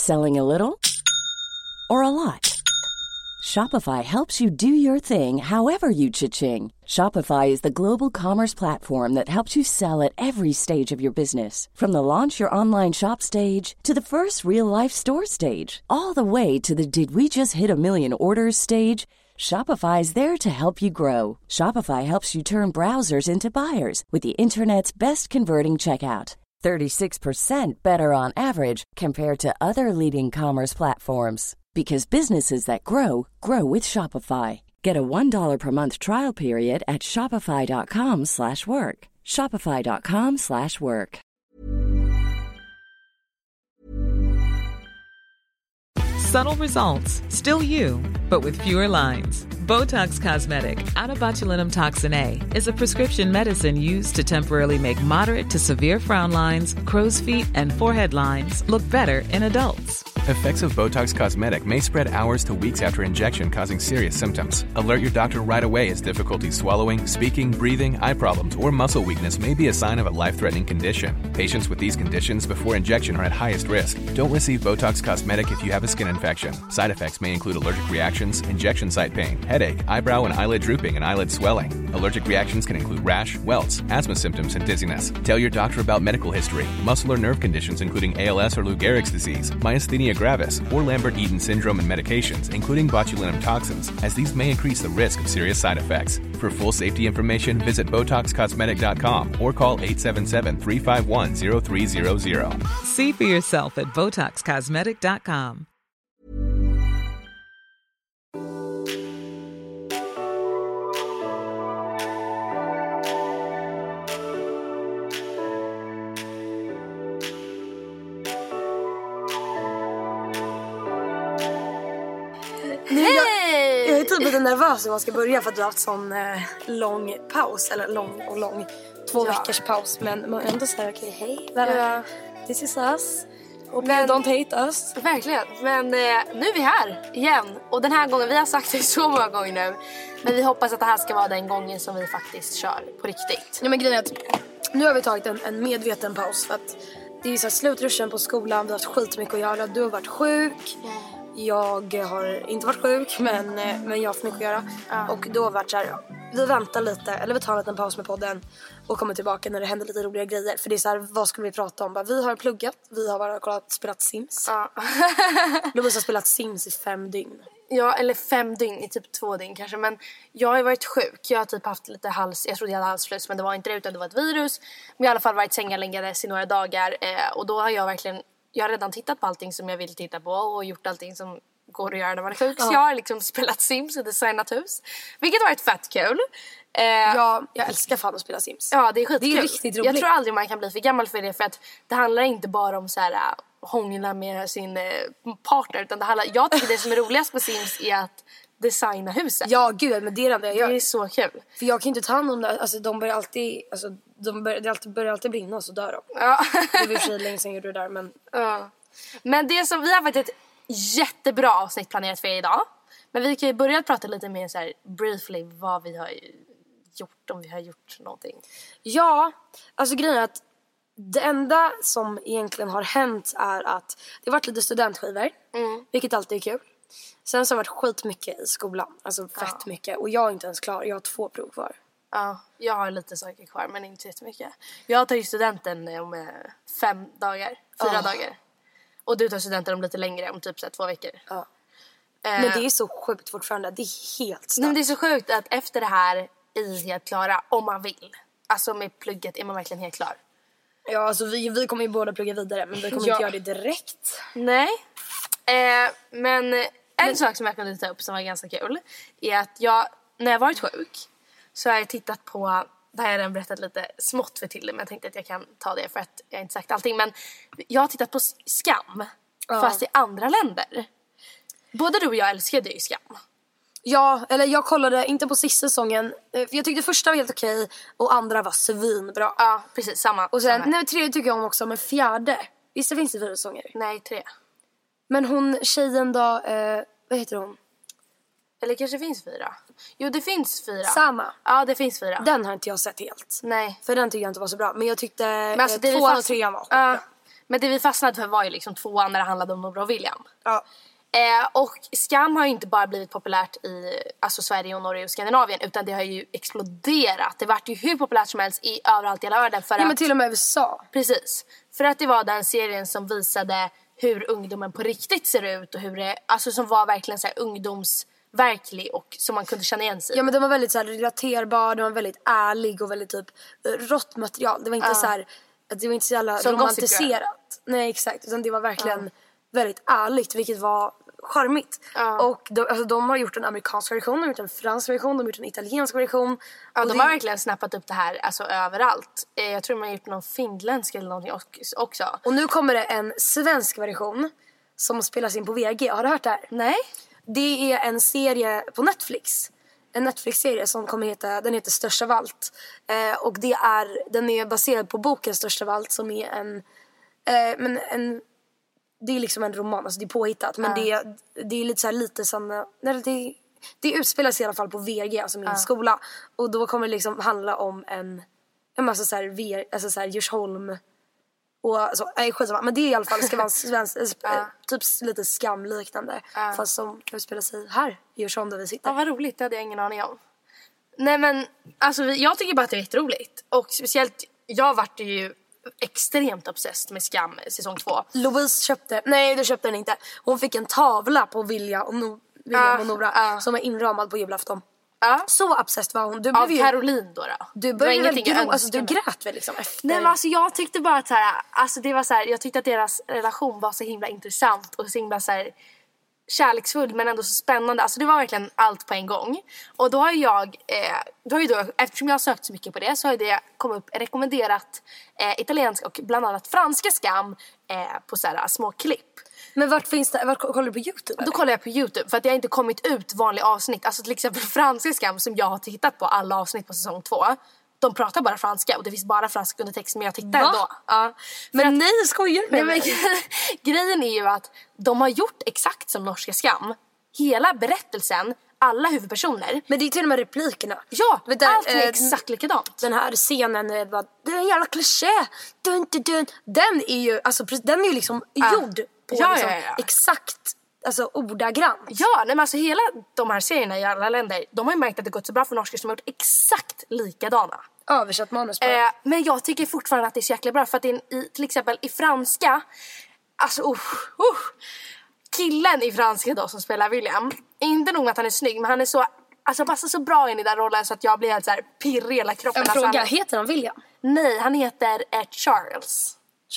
Selling a little or a lot? Shopify helps you do your thing however you cha-ching. Shopify is the global commerce platform that helps you sell at every stage of your business. From the launch your online shop stage to the first real-life store stage, all the way to the did we just hit a million orders stage. Shopify is there to help you grow. Shopify helps you turn browsers into buyers with the internet's best converting checkout. 36% better on average compared to other leading commerce platforms. Because businesses that grow, grow with Shopify. Get a $1 per month trial period at shopify.com/work. Shopify.com/work. Subtle results, still you, but with fewer lines. Botox Cosmetic, out of botulinum toxin A, is a prescription medicine used to temporarily make moderate to severe frown lines, crow's feet, and forehead lines look better in adults. Effects of Botox Cosmetic may spread hours to weeks after injection, causing serious symptoms. Alert your doctor right away as difficulty swallowing, speaking, breathing, eye problems, or muscle weakness may be a sign of a life-threatening condition. Patients with these conditions before injection are at highest risk. Don't receive Botox Cosmetic if you have a skin infection. Side effects may include allergic reactions, injection site pain, headache, eyebrow and eyelid drooping, and eyelid swelling. Allergic reactions can include rash, welts, asthma symptoms, and dizziness. Tell your doctor about medical history, muscle or nerve conditions including ALS or Lou Gehrig's disease, myasthenia gravis, or Lambert-Eaton syndrome, and medications, including botulinum toxins, as these may increase the risk of serious side effects. For full safety information, visit BotoxCosmetic.com or call 877-351-0300. See for yourself at BotoxCosmetic.com. Jag är typ lite nervös när man ska börja för att du har haft sån lång paus. Eller lång 2 veckors paus. Men man ändå säger okej, hej. This is us. Och don't hate us. Verkligen. Men nu är vi här igen. Och den här gången, vi har sagt det så många gånger nu. Men vi hoppas att det här ska vara den gången som vi faktiskt kör på riktigt. Ja, men grejen är att nu har vi tagit en medveten paus. För att det är så här slutruschen på skolan. Vi har haft skitmycket att göra. Du har varit sjuk. Jag har inte varit sjuk, men jag har för mycket att göra. Och då har varit så här, vi väntar lite, eller vi tar en liten paus med podden och kommer tillbaka när det händer lite roliga grejer. För det är så här, vad skulle vi prata om? Bara, vi har pluggat, vi har bara spelat Sims. Du måste ha spelat Sims i 5 dygn. Ja, eller 5 dygn, i typ 2 dygn kanske. Men jag har ju varit sjuk. Jag har typ haft lite jag trodde jag hade halsfluss, men det var inte det, utan det var ett virus. Men jag har i alla fall varit sängaläggades i några dagar. Och då har jag har redan tittat på allting som jag vill titta på och gjort allting som går att göra när man är sjuk. Så jag har liksom spelat Sims och designat hus, vilket har varit fett kul. Ja, jag älskar fan att spela Sims. Ja, det är skitkul. Det är riktigt roligt. Jag tror aldrig man kan bli för gammal för det, för att det handlar inte bara om så här hångla med sin partner, utan jag tycker det som är roligast med Sims är att designa huset. Ja, gud, men det är det jag gör. Det är så kul. För jag kan inte ta hand om det. Alltså, de börjar alltid, det börjar alltid brinna och så dör de. Ja. Det var för sig länge sedan gjorde det där, men... Ja. Men det som vi har faktiskt ett jättebra avsnitt planerat för idag. Men vi kan ju börja prata lite mer så här briefly vad vi har gjort, om vi har gjort någonting. Ja, alltså grejen är att det enda som egentligen har hänt är att det har varit lite studentskivor, vilket alltid är kul. Sen så har det varit skitmycket i skolan, alltså fett mycket. Och jag är inte ens klar, jag har 2 prov kvar. Ja, jag har lite saker kvar, men inte jättemycket. Jag tar ju studenten om 5 dagar, 4 dagar. Och du tar studenten om lite längre, om typ så här 2 veckor. Ja. Men det är så sjukt fortfarande, det är helt starkt. Men det är så sjukt att efter det här är vi helt klara, om man vill. Alltså med plugget är man verkligen helt klar. Ja, alltså vi kommer ju båda plugga vidare, men vi kommer inte göra det direkt. Nej, men en sak som jag kunde ta upp som var ganska kul är att när jag varit sjuk så har jag tittat på, det här har jag redan berättat lite smått för till det, men jag tänkte att jag kan ta det för att jag inte sagt allting. Men jag har tittat på Skam, fast i andra länder. Både du och jag älskade ju Skam. Ja, eller jag kollade inte på sista säsongen. För jag tyckte första var helt okej och andra var svinbra. Ja, precis, samma. Och sen, nej, 3 tycker jag om också, men 4. Visst, det finns det 4 säsonger? Nej, 3. Men hon, tjejen då, vad heter hon? Eller kanske finns 4. Jo, det finns 4. Samma. Ja, det finns 4. Den har inte jag sett helt. Nej. För den tycker jag inte var så bra. Men jag tyckte men alltså, 2 och 3 var bra. Men det vi fastnade för var ju liksom 2 när det handlade om Nora och William. Ja. Och Skam har ju inte bara blivit populärt i alltså Sverige och Norge och Skandinavien, utan det har ju exploderat. Det vart ju hur populärt som helst överallt i hela världen. Men till och med USA. Precis. För att det var den serien som visade hur ungdomen på riktigt ser ut och hur det, alltså som var verkligen så här ungdomsverklig och som man kunde känna igen sig. Ja, men den var väldigt så här relaterbar, den var väldigt ärlig och väldigt typ rått material. Det var inte så här, det var inte så jävla som romantiserat. Nej, exakt, utan det var verkligen väldigt ärligt, vilket var charmigt. Och de har gjort en amerikansk version, de har gjort en fransk version, de har gjort en italiensk version. Ja, de har verkligen snappat upp det här alltså överallt. Jag tror man har gjort någon finländsk eller någonting också. Och nu kommer det en svensk version som spelas in på VG. Har du hört det här? Nej. Det är en serie på Netflix. En Netflix-serie som den heter Störst av allt. Och den är baserad på boken Störst av allt, som är det är liksom en roman, alltså det är påhittat. Men det är lite så här lite som... Det utspelar sig i alla fall på VG, alltså min skola. Och då kommer det liksom handla om en massa så här Djursholm och alltså, skitsamma. Men det är i alla fall ska vara en svensk, typ lite skamliknande. Fast som utspelar sig här i Djursholm där vi sitter. Ja, vad roligt, det hade jag ingen aning om. Nej men, alltså jag tycker bara att det är jätteroligt. Och speciellt, jag vart ju extremt obsessed med Skam säsong 2. Louise köpte den inte. Hon fick en tavla på William och Nora som är inramad på julafton. Så obsessed var hon. Av Caroline då. Du började du grät väl liksom efter. Nej men alltså jag tyckte bara att så här, alltså det var så här, jag tyckte att deras relation var så himla intressant och så himla så här kärleksfull men ändå så spännande. Alltså det var verkligen allt på en gång. Och då har jag eftersom jag har sökt så mycket på det, så har det kommit upp rekommenderat italiensk och bland annat franska Skam på så här små klipp. Men vart kollar du på YouTube? Eller? Då kollar jag på YouTube för att jag inte kommit ut vanliga avsnitt. Alltså till exempel franska Skam som jag har tittat på alla avsnitt på säsong 2. De pratar bara franska och det finns bara franska undertext, men jag tittar ändå. Ja. Men nej, skojar du? Nej, grejen är ju att de har gjort exakt som norska Skam. Hela berättelsen, alla huvudpersoner. Men det är till och med replikerna. Ja, allt är exakt likadant. Den här scenen är bara, det är en jävla kliché. Den är ju liksom gjord på exakt, alltså ordagrant. Ja, nej, men alltså hela de här serierna i alla länder, de har ju märkt att det gått så bra för norskar som har gjort exakt likadana. Översatt manus på. Men jag tycker fortfarande att det är så jäkla bra. För att till exempel i franska, alltså killen i franska då som spelar William, inte nog att han är snygg, men han är så, alltså passar så bra in i den rollen så att jag blir helt så här pirrig i hela kroppen. Jag frågar, heter han William? Nej, han heter Charles.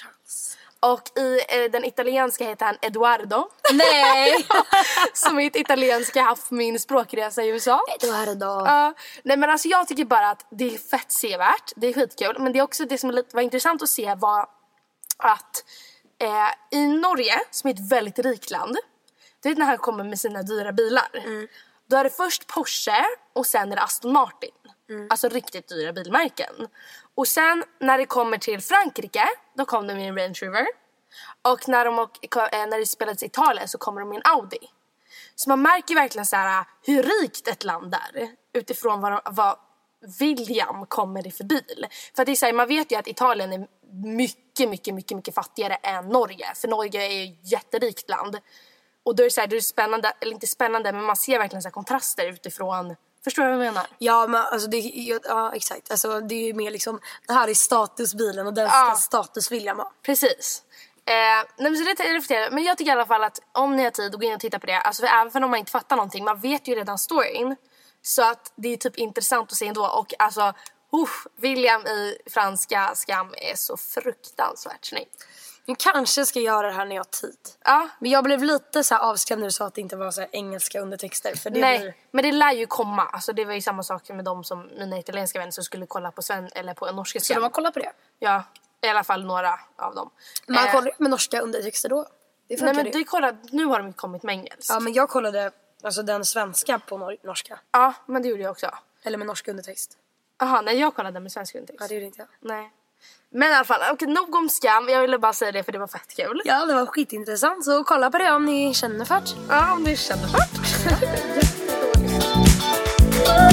Och i den italienska heter han Eduardo. Nej! Som i ett italienska haft min språkresa i USA. Eduardo. Nej men alltså jag tycker bara att det är fett sevärt. Det är skitkul. Men det är också det som var intressant att se var att i Norge, som är ett väldigt rikt land, du vet när han kommer med sina dyra bilar. Då är det först Porsche och sen är det Aston Martin. Alltså riktigt dyra bilmärken. Och sen när det kommer till Frankrike, då kom de i en Range Rover. Och när det spelades i Italien så kommer de i en Audi. Så man märker verkligen så här hur rikt ett land är utifrån vad William kommer i för bil. För att det är så här, man vet ju att Italien är mycket fattigare än Norge. För Norge är ju ett jätterikt land. Och då är det så här, det är spännande, eller inte spännande, men man ser verkligen så här kontraster utifrån. Förstår du vad jag menar? Ja, men alltså exakt. Alltså det är ju mer liksom, det här är statusbilen och den ska status William ha. Precis. Nej, men så det reflekterar. Men jag tycker i alla fall att om ni har tid att gå in och titta på det, alltså även om man inte fattar någonting, man vet ju redan storyn. Så att det är typ intressant att se ändå. Och alltså, William i franska Skam är så fruktansvärt snygg. Jag kanske ska göra det här när jag har tid. Ja. Men jag blev lite så här avskrämd när du sa att det inte var så här engelska undertexter. För det Nej, men det lär ju komma. Alltså det var ju samma sak med de som mina italienska vänner som skulle kolla på eller på en norska Skam. Så de har kollat på det? Ja, i alla fall några av dem. Man kollar med norska undertexter då? Nej, men nu har de kommit med engelska. Ja, men jag kollade alltså den svenska på norska. Ja, men det gjorde jag också. Eller med norsk undertext. Jaha, nej, jag kollade med svensk undertext. Ja, det gjorde inte jag. Nej. Men i alla fall, okej, nog om Skam. Jag ville bara säga det för det var fett kul. Ja, det var skitintressant. Så kolla på det om ni känner för det. Ja, om ni känner för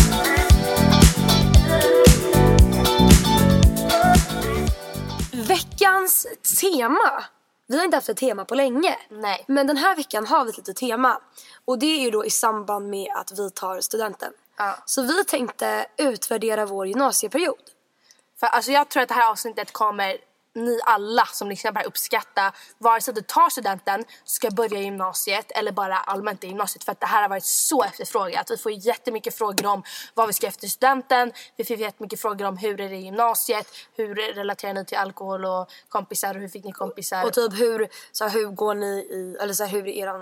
det. Veckans tema. Vi har inte haft ett tema på länge. Nej. Men den här veckan har vi ett litet tema. Och det är ju då i samband med att vi tar studenten. Ja. Så vi tänkte utvärdera vår gymnasieperiod. För alltså jag tror att det här avsnittet kommer ni alla som lyssnar på det här uppskatta. Vare sig du tar studenten, ska börja gymnasiet eller bara allmänt i gymnasiet. För att det här har varit så efterfrågat. Vi får jättemycket frågor om vad vi ska efter studenten. Vi får jättemycket frågor om hur är det i gymnasiet. Hur relaterar ni till alkohol och kompisar och hur fick ni kompisar? Och typ hur går ni i, eller så här,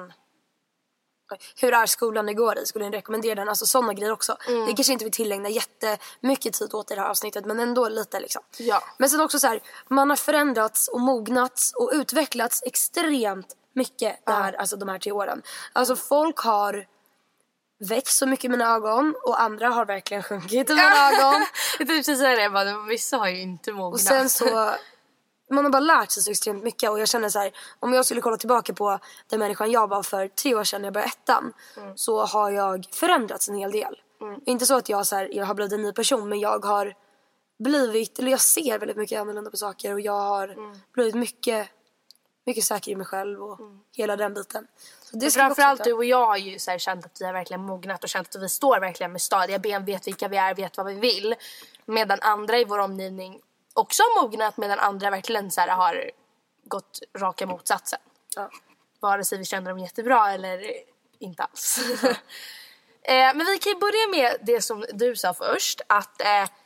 hur är skolan ni går i? Skulle ni rekommendera den? Alltså sådana grejer också. Det kanske inte vi tillägnar jättemycket tid åt i det här avsnittet. Men ändå lite liksom. Ja. Men sen också så här, man har förändrats och mognats och utvecklats extremt mycket alltså de här 3 åren. Alltså folk har växt så mycket i mina ögon och andra har verkligen sjunkit i mina ögon. Jag tänkte precis säga det, vissa har ju inte mognat. Och sen så man har bara lärt sig så extremt mycket. Och jag känner så här, om jag skulle kolla tillbaka på den människan jag var för 3 år sedan när jag började 1:an, så har jag förändrats en hel del. Inte så att jag har blivit en ny person, men jag har blivit, eller jag ser väldigt mycket annorlunda på saker. Och jag har blivit mycket säker i mig själv och hela den biten. Så det framförallt du och jag har ju så här känt att vi har verkligen mognat och känt att vi står verkligen med stadiga ben, vet vilka vi är, vet vad vi vill. Medan andra i vår omgivning också mognat, medan andra verkligen så här har gått raka motsatsen. Ja. Vare sig vi känner dem jättebra eller inte alls. Men vi kan ju börja med det som du sa först, att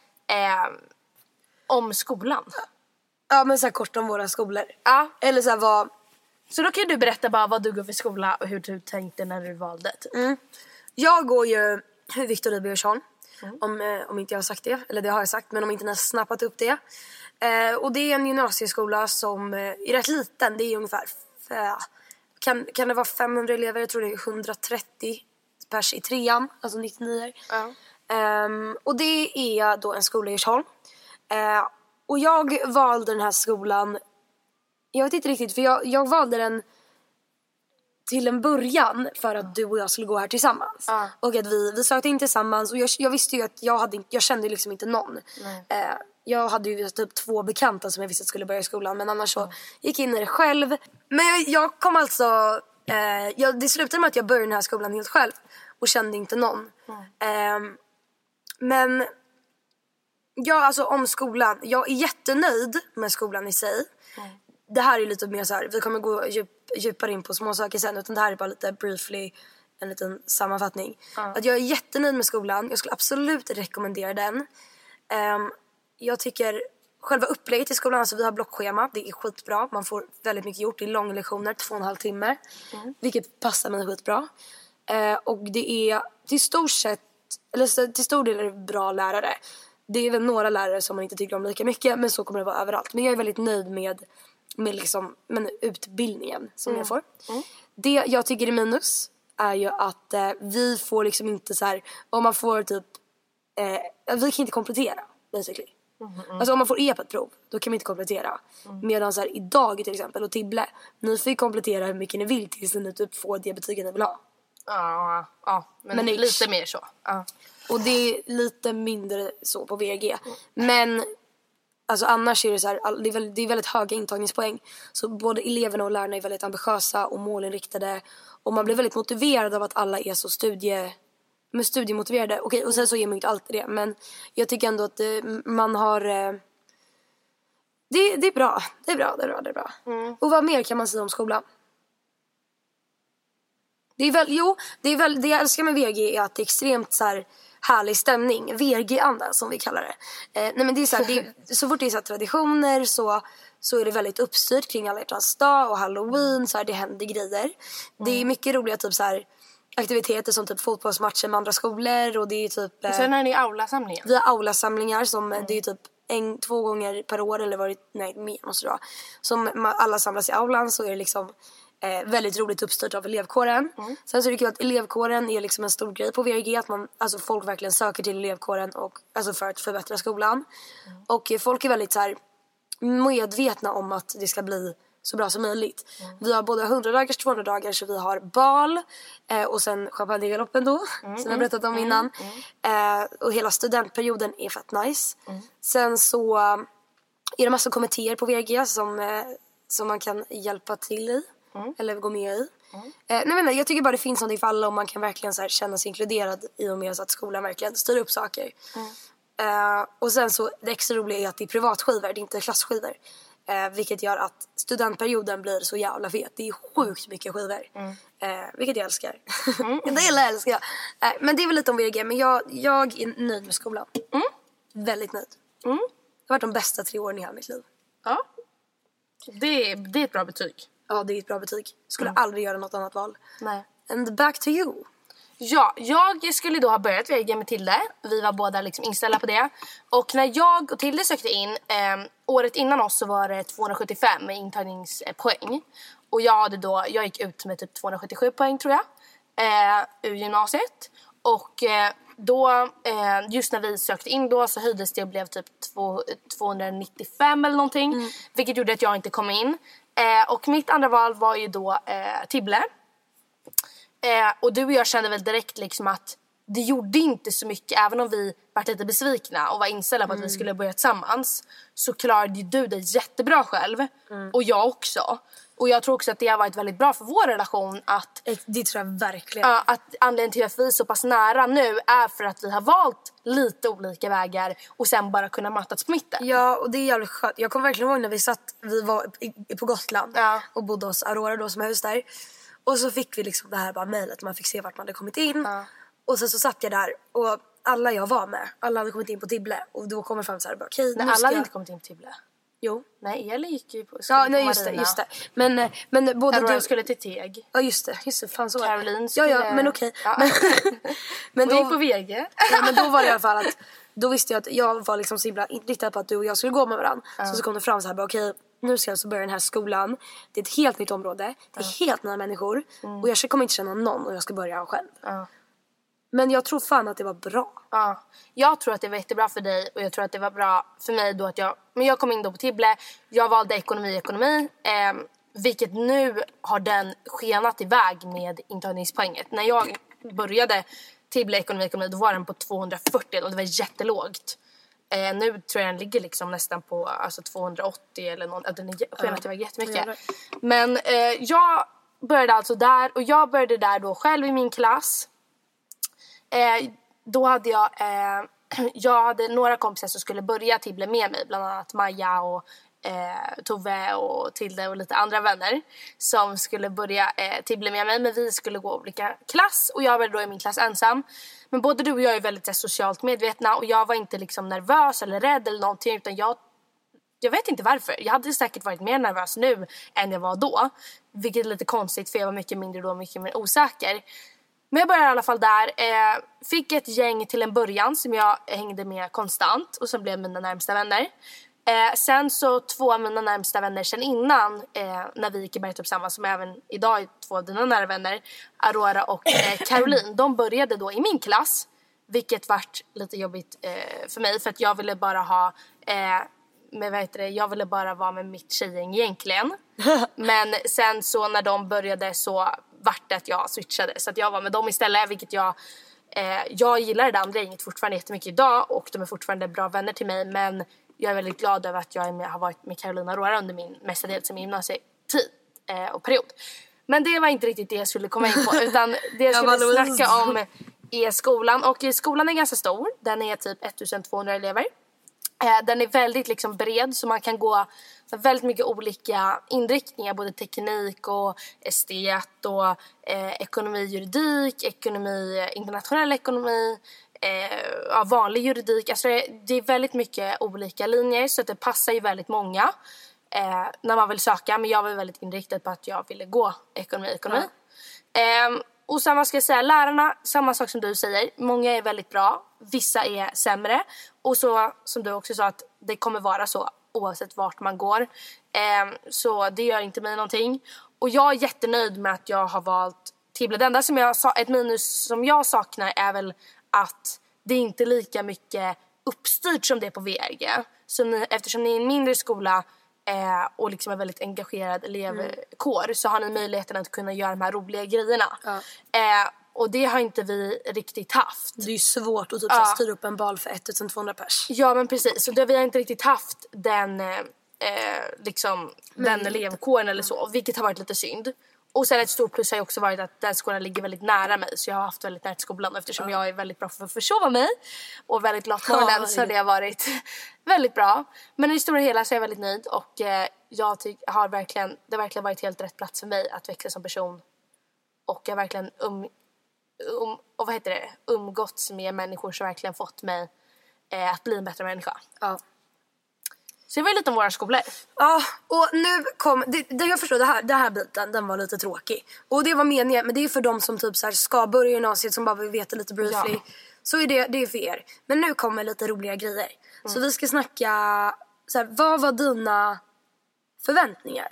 om skolan. Ja, men så här kort om våra skolor. Ja. Eller så här Så då kan du berätta bara vad du går för skola och hur du tänkte när du valde typ. Jag går ju Victor Rydbergsson. Om inte jag har sagt det. Eller det har jag sagt, men om inte ni har snappat upp det. Och det är en gymnasieskola som är rätt liten. Det är ungefär kan det vara 500 elever? Jag tror det är 130 pers i 3:an. Alltså 99. Och det är då en skola i Djursholm. Och jag valde den här skolan. Jag vet inte riktigt, för jag valde den till en början för att du och jag skulle gå här tillsammans. Och att vi sökte in tillsammans. Och jag visste ju att jag kände liksom inte någon. Jag hade ju typ 2 bekanta som jag visste skulle börja i skolan. Men annars så gick jag in i det själv. Men jag kom alltså... det slutade med att jag började den här skolan helt själv. Och kände inte någon. Men... Ja, alltså om skolan. Jag är jättenöjd med skolan i sig. Det här är lite mer så här, vi kommer gå djupare in på små saker sen, utan det här är bara lite briefly en liten sammanfattning. Att jag är jättenöjd med skolan. Jag skulle absolut rekommendera den. Jag tycker själva upplägget i skolan, alltså vi har blockschema, det är skitbra. Man får väldigt mycket gjort, det är långa lektioner, 2,5 timmar. Vilket passar mig skitbra. Och det är till stor del är det bra lärare. Det är väl några lärare som man inte tycker om lika mycket, men så kommer det vara överallt. Men jag är väldigt nöjd med utbildningen som jag får. Det jag tycker är minus är ju att vi får liksom inte så här, om man får typ vi kan inte komplettera basically. Alltså om man får E på ett prov, då kan vi inte komplettera. Medan så här, idag till exempel och Tibble, ni får komplettera hur mycket ni vill tills ni typ får det betyget ni vill ha. Ja, men lite mer så. Och det är lite mindre så på VG. Men alltså annars är det så här, det är väldigt höga intagningspoäng. Så både eleverna och lärarna är väldigt ambitiösa och målinriktade. Och man blir väldigt motiverad av att alla är så studiemotiverade. Okej, och sen så är man inte alltid det. Men jag tycker ändå att man har... Det är bra. Det är bra. Och vad mer kan man säga om skolan? Det jag älskar med VG är att det är extremt så här härlig stämning. VG-anda som vi kallar det. Nej men det är så här, så fort det är så här traditioner så är det väldigt uppstyrt kring alla hjärtans dag och Halloween, så här, det händer grejer. Det är mycket roliga typ så här aktiviteter som typ fotbollsmatcher med andra skolor och det är typ och sen har ni aulasamlingar. Vi har aulasamlingar som det är typ 1-2 gånger per år eller mer måste det vara. Som alla samlas i aulan, så är det liksom väldigt roligt uppstyrt av elevkåren. Sen så är det kul att elevkåren är liksom en stor grej på VRG, att alltså folk verkligen söker till elevkåren och, alltså för att förbättra skolan. Och folk är väldigt så här medvetna om att det ska bli så bra som möjligt. Vi har både 100-dagars, 200-dagars, så vi har bal och sen champagnegaloppen då, som jag berättat om innan. Och hela studentperioden är fett nice. Sen så är det massa kommittéer på VG som man kan hjälpa till i. Eller gå med i. Jag tycker bara det finns någonting för alla. Och man kan verkligen så här känna sig inkluderad i och med så att skolan verkligen styr upp saker. Och sen så det extra roliga är att det är privatskivor, det är inte klassskivor. Vilket gör att studentperioden blir så jävla fet. Det är sjukt mycket skivor. Vilket jag älskar. Det älskar jag. Men det är väl lite om VG. Men jag är nöjd med skolan. Väldigt nöjd. Det har varit de bästa 3 åren i hela mitt liv. Ja. Det är ett bra betyg. Ja, det är ett bra betyg. Skulle aldrig göra något annat val. Nej. And back to you. Ja, jag skulle då ha börjat VG med Tilde. Vi var båda liksom inställda på det. Och när jag och Tilde sökte in, året innan oss så var det 275 med intagningspoäng. Och jag gick ut med typ 277 poäng tror jag. Ur gymnasiet. Och då, just när vi sökte in då så höjdes det och blev typ 295 eller någonting. Vilket gjorde att jag inte kom in. Och mitt andra val var ju då Tibble. Och du och jag kände väl direkt liksom att det gjorde inte så mycket. Även om vi var lite besvikna och var inställda på att vi skulle börja tillsammans, så klarade du det jättebra själv. Och jag också. Och jag tror också att det har varit väldigt bra för vår relation att, det tror jag verkligen. att anledningen till att vi är så pass nära nu är för att vi har valt lite olika vägar och sen bara kunna mattats på mitten. Ja, och det är jävligt skönt. Jag kommer verkligen ihåg när vi var på Gotland och bodde hos Aurora då som är hus där. Och så fick vi liksom det här bara mejlet. Man fick se vart man hade kommit in. Och sen så satt jag där. Och alla jag var med, alla hade kommit in på Tibble. Och då kommer fram så här bara, okej, nej, alla hade inte kommit in på Tibble. Jo. Nej, Elin gick ju på just det. Men både du skulle till Teg. Ja, just det. Fan så. Caroline skulle... Ja, men okej. Ja. Men då gick på VG. Ja, men då var det i alla fall att då visste jag att jag var liksom så himla inriktad på att du och jag skulle gå med varandra. Så kom det fram så här bara, okej, nu ska jag så börja den här skolan. Det är ett helt nytt område. Det är helt nya människor. Och jag kommer inte känna någon och jag ska börja själv. Men jag tror fan att det var bra. Ja, jag tror att det var jättebra för dig. Och jag tror att det var bra för mig då att jag kom in då på Tibble. Jag valde ekonomi. Vilket nu har den skenat iväg med intagningspoänget. När jag började Tibble ekonomi då var den på 240 och det var jättelågt. Nu tror jag den ligger liksom nästan på alltså 280 eller något. Den är skenat iväg jättemycket. Men jag började alltså där. Och jag började där då själv i min klass. Då hade jag hade några kompisar som skulle börja Tibble med mig. Bland annat Maja och Tove och Tilde och lite andra vänner som skulle börja Tibble med mig. Men vi skulle gå olika klass och jag var då i min klass ensam. Men både du och jag är väldigt socialt medvetna och jag var inte liksom nervös eller rädd eller någonting, utan jag vet inte varför. Jag hade säkert varit mer nervös nu än jag var då, vilket är lite konstigt för jag var mycket mindre då, mycket mer osäker. Men jag började i alla fall där. Fick ett gäng till en början som jag hängde med konstant och som blev mina närmsta vänner. Sen så 2 av mina närmsta vänner sen innan när vi gick i Bergtorp samma, som även idag är 2 av dina nära vänner, Aurora och Caroline, de började då i min klass, vilket vart lite jobbigt för mig för att jag ville bara ha jag ville bara vara med mitt tjejgäng egentligen. Men sen så när de började så vart det att jag switchade så att jag var med dem istället, vilket jag gillar det andra gänget fortfarande jättemycket idag och de är fortfarande bra vänner till mig, men jag är väldigt glad över att jag har varit med Caroline och Aurora under min mestadels min gymnasietid och period. Men det var inte riktigt det jag skulle komma in på, utan det jag skulle snacka om är skolan. Och skolan är ganska stor, den är typ 1200 elever. Den är väldigt liksom bred, så man kan gå väldigt mycket olika inriktningar, både teknik och estet och ekonomi, juridik, ekonomi, internationell ekonomi, vanlig juridik. Alltså det är väldigt mycket olika linjer, så att det passar ju väldigt många när man vill söka. Men jag var väldigt inriktad på att jag ville gå ekonomi. Och sen vad ska jag säga, lärarna, samma sak som du säger, många är väldigt bra, vissa är sämre. Och så som du också sa, att det kommer vara så oavsett vart man går. Så det gör inte mig någonting. Och jag är jättenöjd med att jag har valt Tibble. Det enda som ett minus som jag saknar är väl att det inte är lika mycket uppstyrt som det är på VG. Så eftersom ni är en mindre skola och liksom en väldigt engagerad elevkår, så har ni möjligheten att kunna göra de här roliga grejerna. Och det har inte vi riktigt haft. Det är ju svårt att typ styra upp en bal för 1200 pers. Ja, men precis. Så vi har inte riktigt haft den den elevkåren eller så. Vilket har varit lite synd. Och sen ett stort plus har ju också varit att den skolan ligger väldigt nära mig. Så jag har haft väldigt nära till skolan. Eftersom jag är väldigt bra för att försova mig. Och väldigt glad på morgonen. Så det har varit väldigt bra. Men i det stora hela så är jag väldigt nöjd. Och jag det har verkligen varit helt rätt plats för mig att växa som person. Och jag har verkligen umgåtts med människor som verkligen fått mig att bli en bättre människa. Ja. Så det var lite om våra skolor. Ja, och nu kom... Det jag förstår, det här biten, den var lite tråkig. Och det var meningen, men det är för de som typ så här ska börja gymnasiet, som bara vill veta lite briefly. Ja. Så är det är för er. Men nu kommer lite roliga grejer. Så vi ska snacka... Så här, vad var dina förväntningar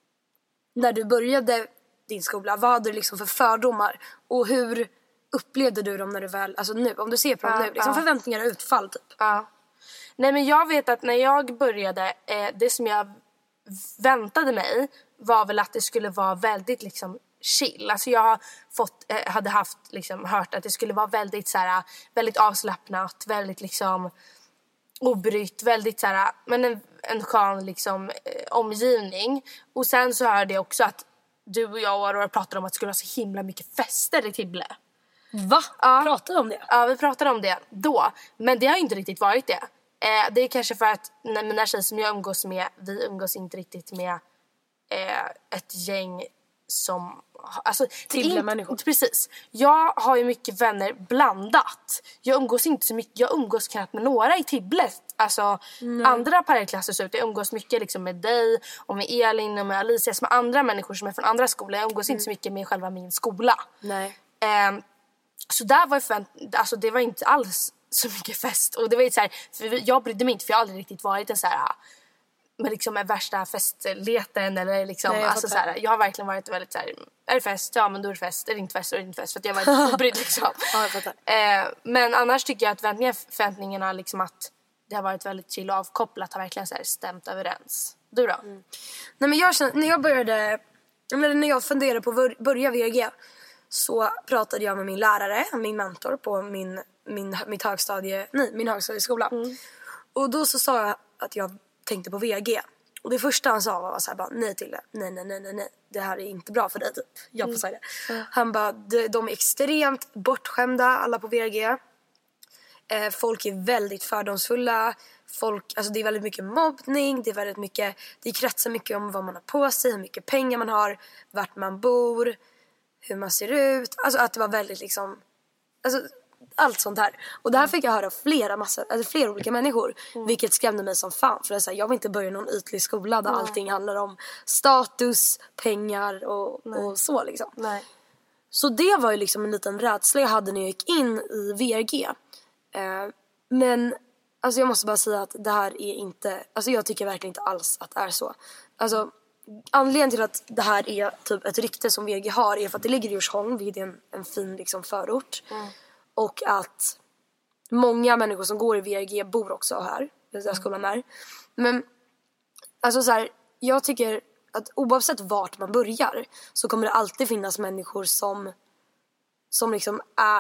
när du började din skola? Vad hade du liksom för fördomar? Och hur upplevde du dem när du väl... Alltså nu, om du ser på dem nu. Liksom förväntningar och utfall typ. Ja. Nej, men jag vet att när jag började, det som jag väntade mig var väl att det skulle vara väldigt liksom chill. Alltså jag hade haft liksom hört att det skulle vara väldigt så här, väldigt avslappnat, väldigt liksom obrytt, väldigt så här, men en skön liksom omgivning. Och sen så hörde jag också att du och jag och Aurora pratade om att det skulle vara så himla mycket fester i Tibble. Va? Ja. Pratade om det? Ja, vi pratade om det då. Men det har ju inte riktigt varit det. Det är kanske för att mina tjejer som jag umgås med, vi umgås inte riktigt med ett gäng som... Alltså, människor. Precis. Jag har ju mycket vänner blandat. Jag umgås inte så mycket. Jag umgås knappt med några i Tibble. Alltså andra parallellklasser ut. Jag umgås mycket liksom med dig och med Elin och med Alicia. Som andra människor som är från andra skolor. Jag umgås inte så mycket med själva min skola. Nej. Så där var alltså det var inte alls så mycket fest. Och det var ju så här, för jag brydde mig inte, för jag har aldrig riktigt varit en så här med liksom värsta festleten eller liksom. Nej, alltså så här, jag har verkligen varit väldigt så här, är det fest? Ja, men då är det fest. Är det inte fest? Då är det inte fest. För att jag var inte obrydd liksom. Ja, jag fattar. Men annars tycker jag att förväntningarna liksom att det har varit väldigt chill och avkopplat har verkligen så här stämt överens. Du då? Nej, men jag kände, när jag funderade på att börja VG, så pratade jag med min lärare, min mentor på min högstadieskola. Och då så sa jag att jag tänkte på VG. Och det första han sa var så här, bara, nej till det. Nej. Det här är inte bra för dig typ. Jag får säga det. Han bara, de är extremt bortskämda alla på VG. Folk är väldigt fördomsfulla. Alltså det är väldigt mycket mobbning. Det är väldigt mycket, det kretsar mycket om vad man har på sig, hur mycket pengar man har, vart man bor, hur man ser ut. Alltså att det var väldigt liksom, alltså allt sånt här. Och det här fick jag höra av flera olika människor. Vilket skrämde mig som fan. För jag vill inte börja någon ytlig skola där allting handlar om status, pengar och så liksom. Nej. Så det var ju liksom en liten rädsla jag hade när jag gick in i VG. Men alltså jag måste bara säga att det här är inte... Alltså jag tycker verkligen inte alls att det är så. Alltså anledningen till att det här är typ ett rykte som VG har är för att det ligger i Djursholm, vilket är en fin liksom förort. Och att många människor som går i VG bor också här, där skolan är. Men alltså så här, jag tycker att oavsett vart man börjar så kommer det alltid finnas människor som liksom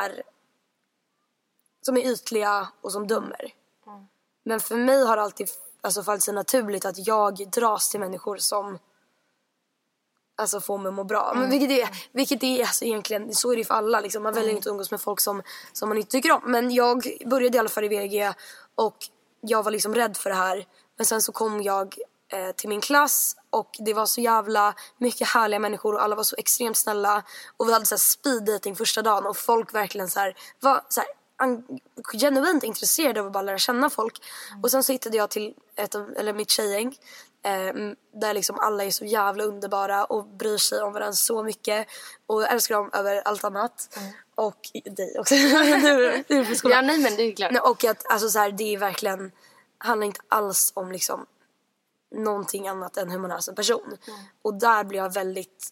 som är ytliga och som dömer. Men för mig har det alltid fallit sig naturligt att jag dras till människor som alltså får mig att må bra. Men vilket är alltså egentligen, så är det för alla liksom. Man väljer inte att umgås med folk som man inte tycker om. Men jag började i alla fall i VG och jag var liksom rädd för det här. Men sen så kom jag till min klass och det var så jävla mycket härliga människor och alla var så extremt snälla. Och vi hade så här speed dating första dagen och folk verkligen så här var så här genuint intresserade av att bara lära känna folk. Och sen så hittade jag till mitt tjejgäng där liksom alla är så jävla underbara och bryr sig om varandra så mycket och älskar dem över allt annat. Och dig också. du på skolan. Ja, nej, men det är klart. Och att alltså så här, det är verkligen, handlar inte alls om liksom någonting annat än hur man är som person. Och där blir jag väldigt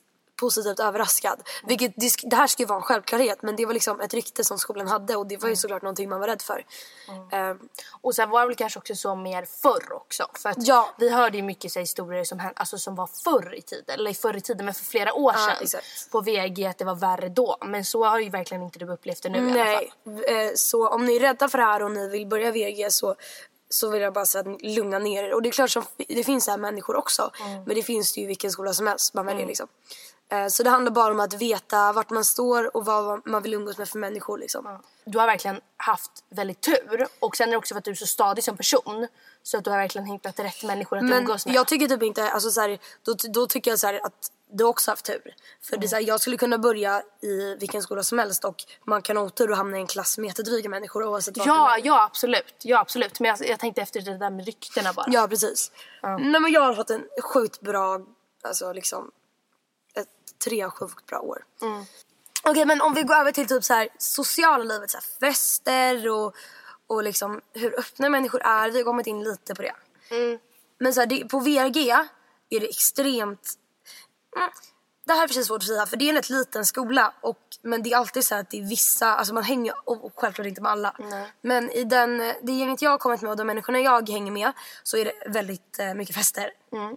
positivt överraskad. Vilket det här ska ju vara en självklarhet, men det var liksom ett rykte som skolan hade, och det var ju såklart någonting man var rädd för. Och sen var det väl kanske också så mer förr också. För att vi hörde ju mycket så historier som, alltså, som var förr i tiden, men för flera år sedan exakt. på VG, att det var värre då. Men så har ju verkligen inte du upplevt det nu i alla fall. Så om ni är rädda för det här och ni vill börja VG, så vill jag bara säga att lugna ner er. Och det är klart som det finns här människor också. Men det finns det ju i vilken skola som helst man väljer liksom. Så det handlar bara om att veta vart man står och vad man vill umgås med för människor liksom. Du har verkligen haft väldigt tur. Och sen är det också för att du är så stadig som person, så att du har verkligen hittat rätt människor att umgås med. Men jag tycker typ inte, alltså så här, då tycker jag så här att du också haft tur. För det är så här, jag skulle kunna börja i vilken skola som helst, och man kan ha otur och hamna i en klass med jättedryga människor oavsett vad. Ja, absolut. Men jag tänkte efter det där med ryktena bara. Ja, precis. Nej, men jag har fått en sjukt bra, alltså liksom 3 sjukt bra år. Okej, men om vi går över till typ så här sociala livet, så här fester och liksom hur öppna människor är. Vi har kommit in lite på det. Men så här, på VG är det extremt... Det här är precis svårt att säga, för det är en rätt liten skola, men det är alltid så här att det är vissa, alltså man hänger, och självklart inte med alla. Men i det gänget jag har kommit med och de människorna jag hänger med, så är det väldigt mycket fester.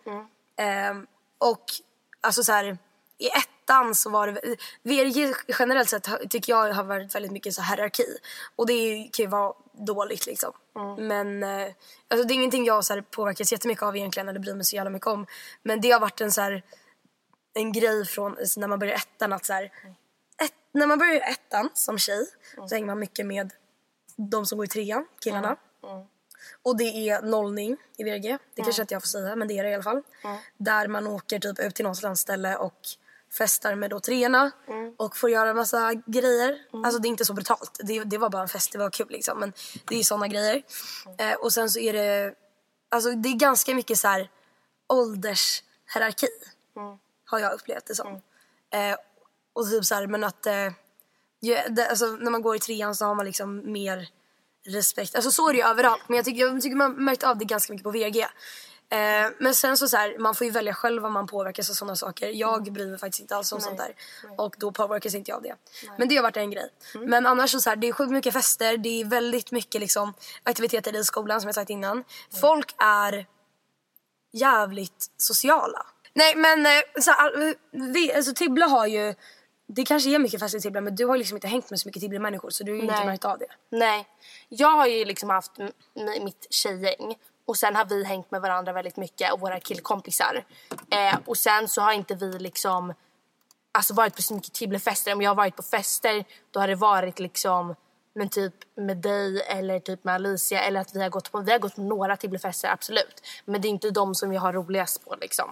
Och alltså så här, i ettan så var det VG generellt sett, tycker jag, har varit väldigt mycket så hierarki, och det kan ju vara dåligt liksom. Men alltså det är ingenting jag så här påverkas jättemycket av egentligen, eller bryr mig så jävla mycket om. Men det har varit en grej från när man börjar ettan, att så här, när man börjar ettan som tjej så hänger man mycket med de som går i trean, killarna. Och det är nollning i VG. Det kanske inte jag får säga, men det är det i alla fall. Där man åker typ ut till något landställe och festar med då treorna och får göra en massa grejer. Alltså det är inte så brutalt. Det var bara en fest, det var kul liksom. Men det är såna grejer. Och sen så är det, alltså det är ganska mycket så här åldershierarki. Har jag upplevt det som. Och typ så här, men att alltså, när man går i trean så har man liksom mer respekt. Alltså så är det ju överallt. Men jag tycker man märkt av det ganska mycket på VG. Men sen så här, man får ju välja själv vad man påverkas av sådana saker. Jag bryr mig faktiskt inte alls om sånt där. Och då påverkas inte jag av det. Men det har varit en grej. Men annars så här, det är sjukt mycket fester. Det är väldigt mycket liksom aktiviteter i skolan, som jag sagt innan. Folk är jävligt sociala. Nej, men så här, alltså Tibble har ju, det kanske är mycket fester i Tibble, men du har liksom inte hängt med så mycket Tibble-människor, så du har ju inte märkt av det. Nej, jag har ju liksom haft mitt tjejgäng, och sen har vi hängt med varandra väldigt mycket, och våra killkompisar. Och sen så har inte vi liksom alltså varit på så mycket Tibble-fester. Om jag har varit på fester, då har det varit liksom, men typ med dig eller typ med Alicia, eller att vi har gått på några Tibble-fester, absolut. Men det är inte de som jag har roligast på liksom.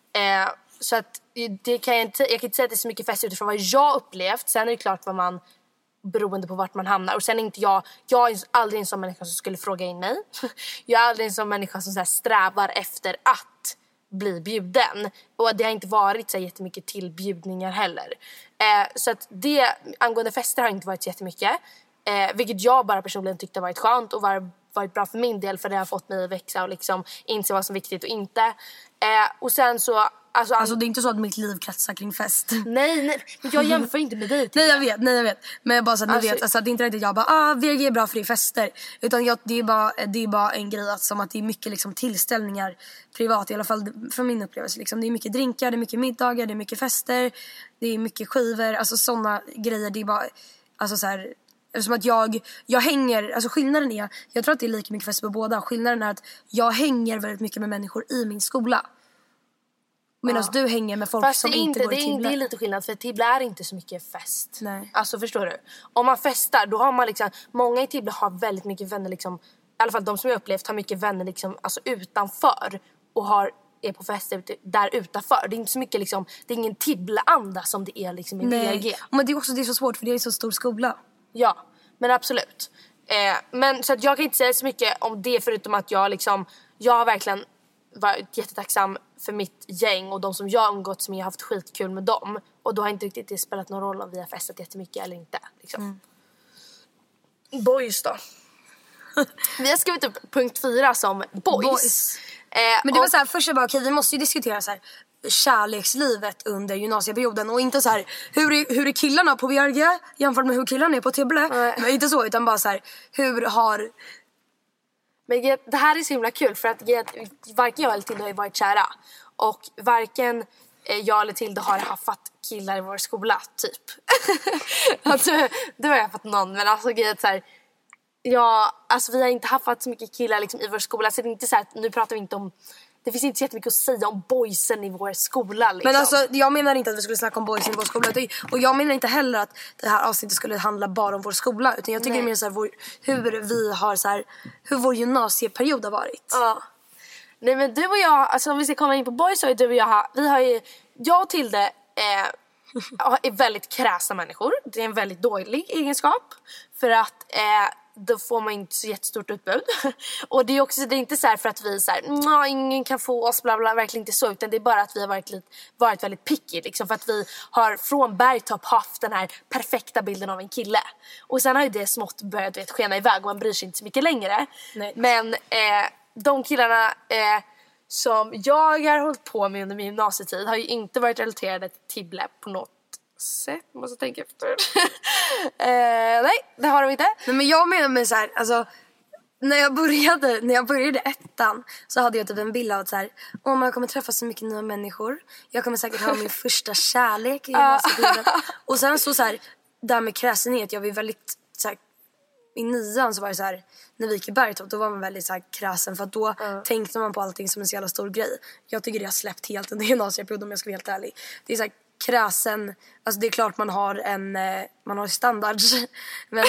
Så att det kan jag kan inte säga att det är så mycket fest utifrån vad jag upplevt. Sen är det klart vad man, beroende på vart man hamnar. Och sen är inte jag är aldrig en sån människa som skulle fråga in mig. Jag är aldrig en sån människa som så här strävar efter att bli bjuden. Och det har inte varit så jättemycket tillbjudningar heller. Så att det, angående fester, har inte varit så jättemycket. Vilket jag bara personligen tyckte varit skönt och varit bra för min del, för det har fått mig att växa och liksom inse vad som är viktigt och inte. Och sen så alltså det är inte så att mitt liv kretsar kring fest. Nej, jag jämför inte med dig. Nej, jag vet. Men bara så att ni vet, alltså det är inte riktigt jag bara VG är bra för det är fester, utan det är bara en grej att, som att det är mycket liksom tillställningar privat, i alla fall från min upplevelse liksom. Det är mycket drinkar, det är mycket middagar, det är mycket fester, det är mycket skivor, alltså såna grejer. Det är bara alltså så här, som att jag hänger, alltså skillnaden är, jag tror att det är lika mycket fester på båda. Skillnaden är att jag hänger väldigt mycket med människor i min skola, medan du hänger med folk som inte går i Tibble. Det är lite skillnad, för Tibble är inte så mycket fest. Nej. Alltså förstår du? Om man festar, då har man liksom, många i Tibble har väldigt mycket vänner liksom, i alla fall de som jag upplevt har mycket vänner liksom, alltså utanför, och är på fester där utanför. Det är inte så mycket liksom, det är ingen Tibble-anda som det är liksom i VG. Men det är så svårt, för det är så stor skola. Ja, men absolut. Men så att jag kan inte säga så mycket om det, förutom att jag har verkligen varit jättetacksam för mitt gäng och de som jag umgåtts med. Jag har haft skitkul med dem, och då har inte riktigt det spelat någon roll om vi har festat jättemycket eller inte liksom. Boys då. Vi har skrivit upp punkt 4 som boys. Men det var så här, först bara okej, vi måste ju diskutera så här, kärlekslivet under gymnasieperioden. Och inte så här, hur är killarna på VRG jämfört med hur killarna är på Tibble. Men inte så, utan bara så här, hur har... Men det här är så himla kul för att varken jag eller Tilde har ju varit kära. Och varken jag eller Tilde har haft killar i vår skola, typ. Alltså, du har jag fått någon, men alltså grejen så här... Ja, alltså vi har inte haft så mycket killar liksom, i vår skola. Så det är inte så här, nu pratar vi inte om... Det finns inte så jättemycket att säga om boysen i vår skola liksom. Men alltså, jag menar inte att vi skulle snacka om boysen i vår skola. Och jag menar inte heller att det här avsnittet skulle handla bara om vår skola. Utan jag tycker det är mer så här, hur vi har så här, hur vår gymnasieperiod har varit. Ja. Nej men du och jag, alltså om vi ska komma in på boys så är du och jag, vi har ju, jag och Tilde är väldigt kräsa människor. Det är en väldigt dålig egenskap. För att då får man inte så jättestort utbud. Och det är också, det är inte så här för att vi är så här, ingen kan få oss bla bla, verkligen inte så, utan det är bara att vi har varit väldigt picky liksom, för att vi har från bergtopp haft den här perfekta bilden av en kille. Och sen har ju det smått börjat skena iväg och man bryr sig inte så mycket längre. Nej. Men de killarna som jag har hållit på med under min gymnasietid har ju inte varit relaterade till Tibble på något sätt, måste tänka efter. Nej, det har de inte. Nej, men jag menar med så här, alltså när jag började ettan så hade jag typ en bild av att så här, man kommer träffa så mycket nya människor. Jag kommer säkert ha min första kärlek i gymnasietiden. Och sen så här, där med kräsenhet, jag var väldigt så här, i 9:an så var det så här, när vi gick i Bergtorp, då var man väldigt så här kräsen, för att då tänkte man på allting som en så jävla stor grej. Jag tycker det har släppt helt under gymnasieperioden, om jag ska vara helt ärlig. Det är så här kräsen, alltså det är klart man har standards, men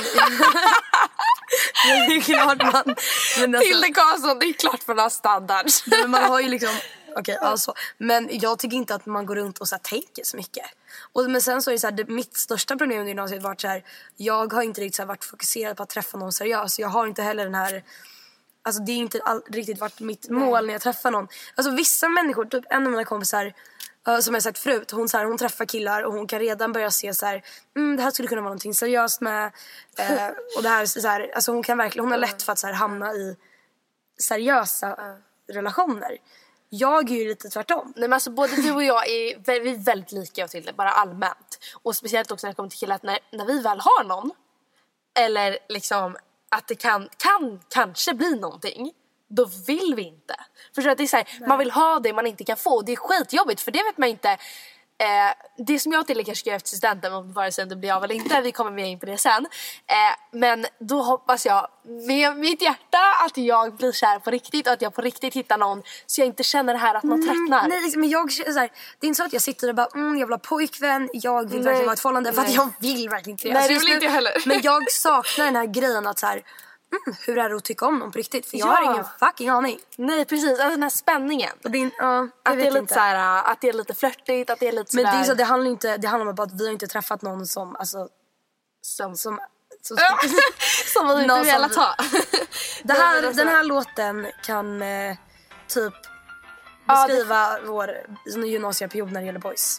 det är klart man, men alltså, Tilde Karlsson, det är klart man har standards. men man har ju liksom, okej, alltså, men jag tycker inte att man går runt och så här tänker så mycket. Men sen så är det så här, mitt största problem under gymnasiet varit så här, jag har inte riktigt så här varit fokuserad på att träffa någon seriös. Jag har inte heller den här, alltså det är inte riktigt varit mitt mål när jag träffar någon. Alltså vissa människor, typ en av mina kompisar som jag sagt förut, hon träffar killar och hon kan redan börja se så här, det här skulle kunna vara någonting seriöst med, och det här så här, alltså hon har lätt för att så här hamna i seriösa relationer. Jag är ju lite tvärtom. Nej, men alltså både du och jag är väldigt lika till det, bara allmänt. Och speciellt också när det kommer till killar, att när vi väl har någon, eller liksom att det kan kanske bli någonting, då vill vi inte. För att det är så här, man vill ha det man inte kan få. Det är skitjobbigt, för det vet man inte. Det som jag till kanske ska göra efter studenten, om vare sig det blir av eller inte, vi kommer med in på det sen. Men då hoppas jag med mitt hjärta att jag blir kär på riktigt, och att jag på riktigt hittar någon, så jag inte känner det här att man tröttnar. Nej, men jag så här, det är inte så att jag sitter och bara jag vill ha pojkvän, jag vill verkligen ha ett förhållande, för att jag vill verkligen inte det. Nej, det vill inte jag heller. Men jag saknar den här grejen att så här, hur är det att tycka om någon på riktigt? För jag har ingen fucking aning. Nej, precis. Alltså den här spänningen. Och det är, att det är lite så här, att det är lite flörtigt, att det är lite så. Men det är så, det handlar om att vi har inte träffat någon som alltså som vi inte velat ha. Den här låten kan typ beskriva vår gymnasieperiod när det gäller boys.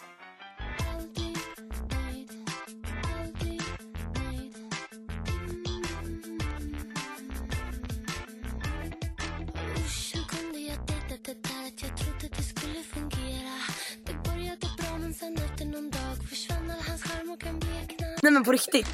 Nej, men på riktigt.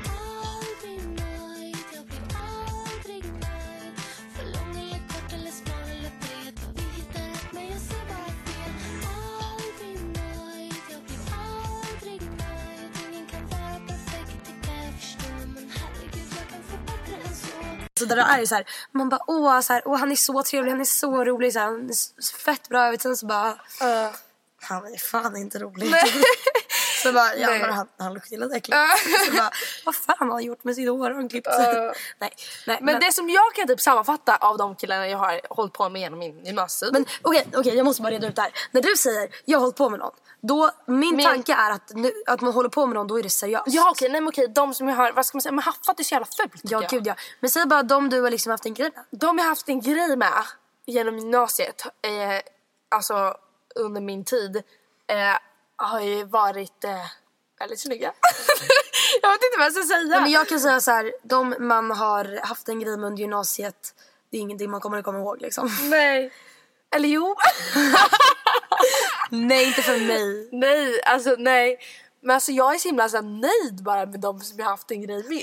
Så där är det så här, man bara han är så trevlig, han är så rolig, så här, han är fett bra, vet, sen så bara han är fan inte rolig. Så bara, han luktar lite äckligt. Så bara, vad fan har han gjort med sitt hår? Han klippt nej, men det som jag kan typ sammanfatta av de killarna jag har hållit på med genom min gymnasietid. Men okej, jag måste bara reda ut det här. När du säger, jag har hållit på med någon, då, tanke är att man håller på med någon, då är det seriöst. Ja, okej, de som jag har, vad ska man säga, men haffat är så jävla fult. Ja, gud ja. Men säg bara de du har liksom haft en grej med. De jag har haft en grej med genom gymnasiet, alltså under min tid, har ju varit väldigt snygga. Jag vet inte vad jag ska säga. Nej, men jag kan säga så här, de man har haft en grej med under gymnasiet, det är ingenting man kommer att komma ihåg liksom. Nej. Eller jo. Nej, inte för mig. Nej, alltså nej. Men alltså jag är så himla så här, nöjd bara med dem som jag har haft en grej med.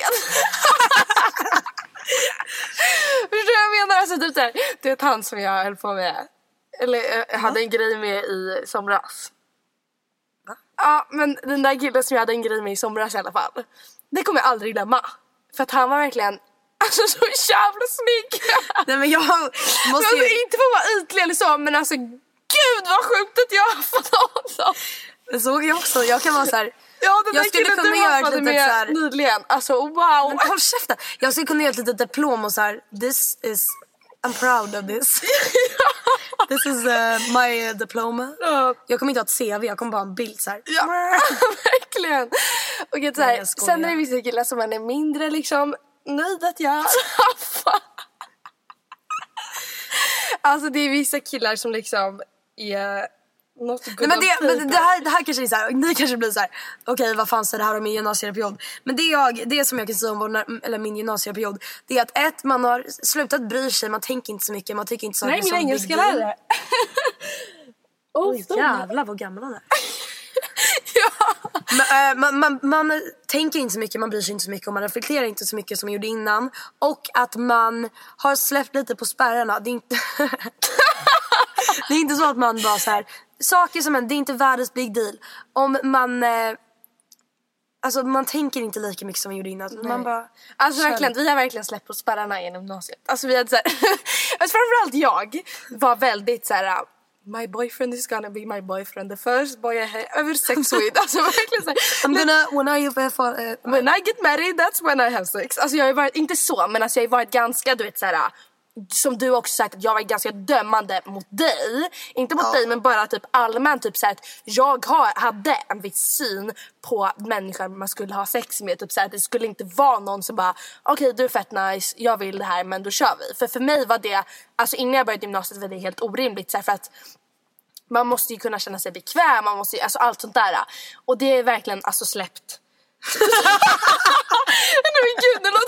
Förstår du vad jag menar? Alltså typ såhär, det är han som jag höll på med. Eller jag hade en grej med i somras. Va? Ja, men den där killen som jag hade en grej med i somras i alla fall. Det kommer jag aldrig glömma. För att han var verkligen alltså så jävla snygg. Nej, men jag måste ju... inte för att vara ytlig eller så, men alltså gud vad sjukt att jag har fått honom. Men så jag också, jag kan vara så här. Ja, den jag där skulle killen kunna du göra haffade ett litet med så här, nyligen. Alltså wow. men håll käften. Jag skulle kunna göra ett litet diplom och så här. I'm proud of this. This is my diploma. Jag kommer inte ha ett CV, jag kommer bara ha en bild så här. Ja, verkligen. Och så här, sen är det vissa killar som man är mindre liksom nöjd att jag haffar. Alltså det är vissa killar som liksom är något good. Nej, men det här kanske är så här, ni kanske blir så här. Okej, vad fan så det här om min gymnasieperiod. Men det som jag kan säga om min gymnasieperiod, det är att man har slutat bry sig, man tänker inte så mycket, man tycker inte så mycket. Nej, min engelska lärare. Oj, jävlar vad gammal han är. Ja. Man tänker inte så mycket, man bryr sig inte så mycket och man reflekterar inte så mycket som man gjorde innan. Och att man har släppt lite på spärrarna. Det är inte det är inte så att man bara så här saker som det är inte världens big deal. Om man alltså man tänker inte lika mycket som man gjorde innan. Man bara alltså verkligen, vi har verkligen släppt på spärrarna genom gymnasiet. Alltså vi hade så här alltså framförallt jag var väldigt så här. My boyfriend is gonna be my boyfriend. The first boy I ever sex with. Alltså verkligen så här, when I get married, that's when I have sex. Alltså jag har varit, inte så, men alltså jag har varit ganska, du vet så här, som du också sagt, att jag var ganska dömande mot dig. Inte mot dig, men bara typ allmänt typ så här, att jag hade en viss syn på människor man skulle ha sex med. Typ så här, att det skulle inte vara någon som bara okej, du är fett nice, jag vill det här, men då kör vi. För mig var det, alltså innan jag började gymnasiet var det helt orimligt så här, för att man måste ju kunna känna sig bekväm, man måste ju, alltså allt sånt där. Och det är verkligen alltså släppt. Nej gud, det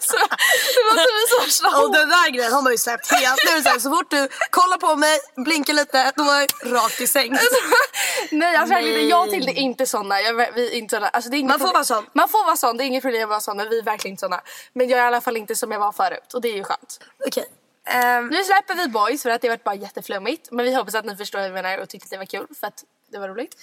låter vi så. Och den där grejen har man ju släppt helt. Nu är det så här, så fort du kollar på mig, blinkar lite, då är jag rakt i säng. Nej, alltså verkligen, jag till det är inte såna. Vi är inte såna. Alltså, det är man får vara sån. Man får vara sån, det är inget problem att vara sån, men vi är verkligen inte såna. Men jag är i alla fall inte som jag var förut, och det är ju skönt. Okej. Nu släpper vi boys för att det har varit bara jätteflummigt. Men vi hoppas att ni förstår vad vi menar och tyckte att det var kul, för att det var roligt.